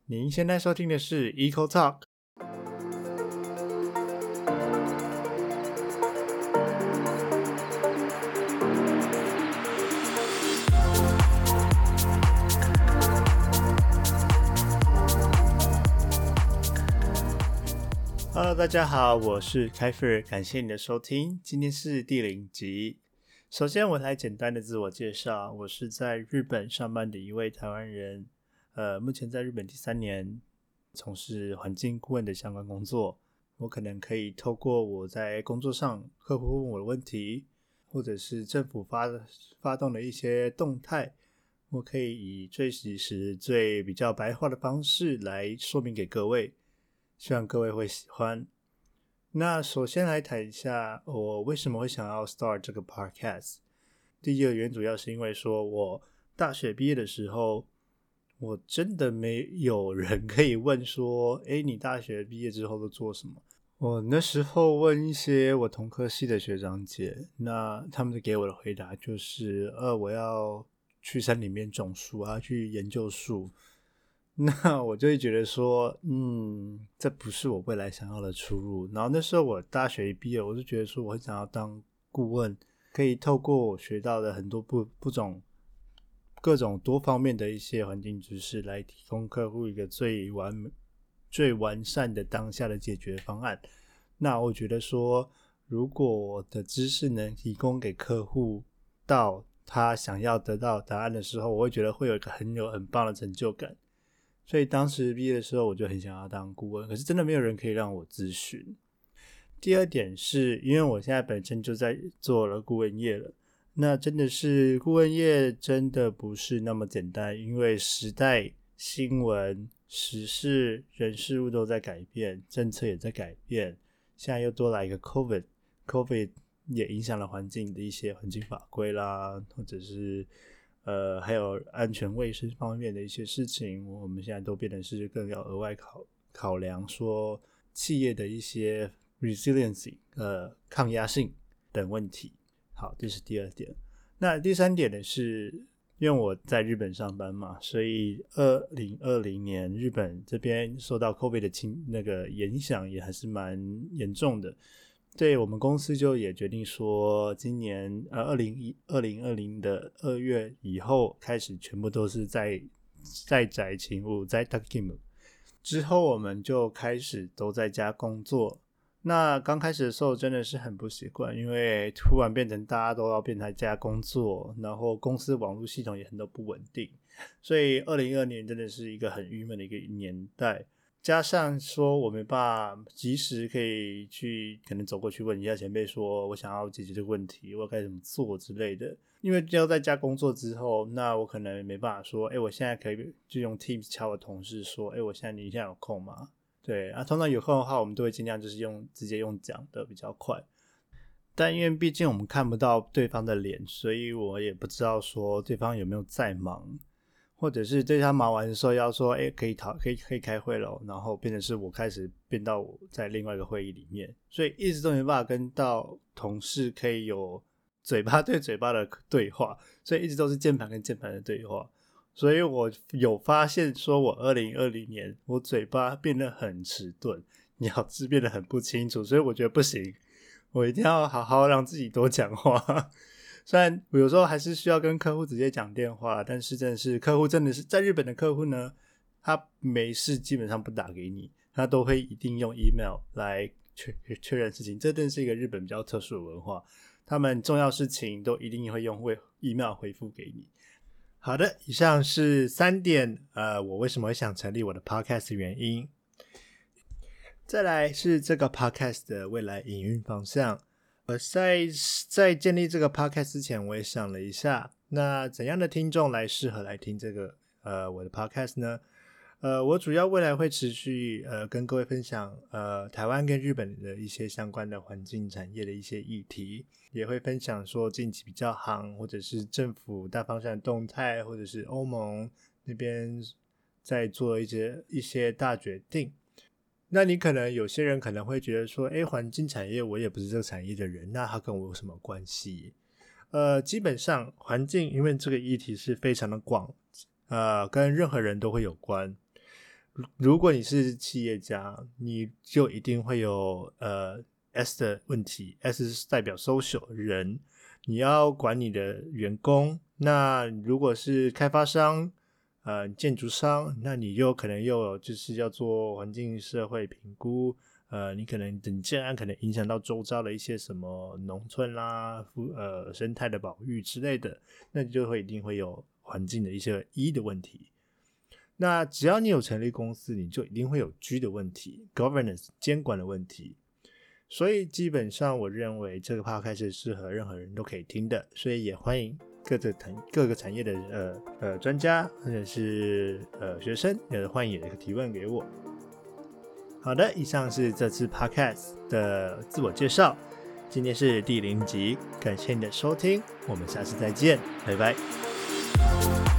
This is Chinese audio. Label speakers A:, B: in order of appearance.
A: 您现在收听的是 Eco Talk。Hello， 大家好，我是凯菲尔，感谢你的收听。今天是第0集。首先，我来简单的自我介绍，我是在日本上班的一位台湾人，目前在日本第3年，从事环境顾问的相关工作。我可能可以透过我在工作上客户问我的问题，或者是政府发动的一些动态，我可以以最及时、最比较白话的方式来说明给各位。希望各位会喜欢。那首先来谈一下我为什么会想要 start 这个 podcast。 第一个原因主要是因为说我大学毕业的时候，我真的没有人可以问说你大学毕业之后都做什么。我那时候问一些我同科系的学长姐，那他们给我的回答就是我要去山里面种树啊，去研究树。那我就会觉得说这不是我未来想要的出路。然后那时候我大学一毕业，我就觉得说我很想要当顾问，可以透过我学到的很多各种多方面的一些环境知识，来提供客户一个最完善的当下的解决方案。那我觉得说，如果我的知识能提供给客户到他想要得到答案的时候，我会觉得会有一个很棒的成就感。所以当时毕业的时候，我就很想要当顾问，可是真的没有人可以让我咨询。第二点是因为我现在本身就在做了顾问业了，那真的是顾问业真的不是那么简单，因为时代、新闻、时事、人事物都在改变，政策也在改变，现在又多来一个 COVID 也影响了环境的一些环境法规啦，或者是还有安全卫生方面的一些事情，我们现在都变成是更要额外考量说企业的一些 resiliency 抗压性等问题。好，这是第二点。那第三点呢是因为我在日本上班嘛，所以2020年日本这边受到 COVID 的那个影响也还是蛮严重的。对，我们公司就也决定说，今年2020的2月以后开始，全部都是在宅勤务，在 Takimu 之后，我们就开始都在家工作。那刚开始的时候真的是很不习惯，因为突然变成大家都要变在家工作，然后公司网络系统也很多不稳定，所以2022年真的是一个很郁闷的一个年代。加上说我没办法及时可以去可能走过去问一下前辈说我想要解决这个问题，我该怎么做之类的。因为要在家工作之后，那我可能没办法说我现在可以就用 Teams 敲我同事说你现在有空吗？对啊，通常有空的话我们都会尽量就是直接用讲的比较快。但因为毕竟我们看不到对方的脸，所以我也不知道说对方有没有在忙，或者是对他忙完的时候要说可以开会了，然后变成是我开始变到我在另外一个会议里面，所以一直都没办法跟到同事可以有嘴巴对嘴巴的对话，所以一直都是键盘跟键盘的对话。所以我有发现说我2020年我嘴巴变得很迟钝，咬字变得很不清楚，所以我觉得不行，我一定要好好让自己多讲话。虽然我有时候还是需要跟客户直接讲电话，但是真的是客户真的是在日本的客户呢，他没事基本上不打给你，他都会一定用 email 来确认事情。这真是一个日本比较特殊的文化，他们重要事情都一定会用email 回复给你。好的，以上是3点我为什么会想成立我的 podcast 的原因。再来是这个 podcast 的未来营运方向。在建立这个 podcast 之前，我也想了一下，那怎样的听众适合来听这个我的 podcast 呢？我主要未来会持续跟各位分享台湾跟日本的一些相关的环境产业的一些议题，也会分享说近期比较行或者是政府大方向的动态，或者是欧盟那边在做一些大决定。那你有些人可能会觉得说环境产业我也不是这个产业的人，那它跟我有什么关系？基本上环境因为这个议题是非常的广，跟任何人都会有关。 如果你是企业家，你就一定会有S 的问题。S 是代表 social 人，你要管你的员工。那如果是开发商建筑商，那你又可能又有就是要做环境社会评估，你可能等建案可能影响到周遭的一些什么农村啦、生态的保育之类的，那就会一定会有环境的一些的问题。那只要你有成立公司，你就一定会有 G 的问题 ，governance 监管的问题。所以基本上我认为这个 podcast 是适合任何人都可以听的，所以也欢迎各个产业的专家或者是学生，欢迎也提问给我。好的，以上是这次 podcast 的自我介绍，今天是第0集，感谢你的收听，我们下次再见，拜拜。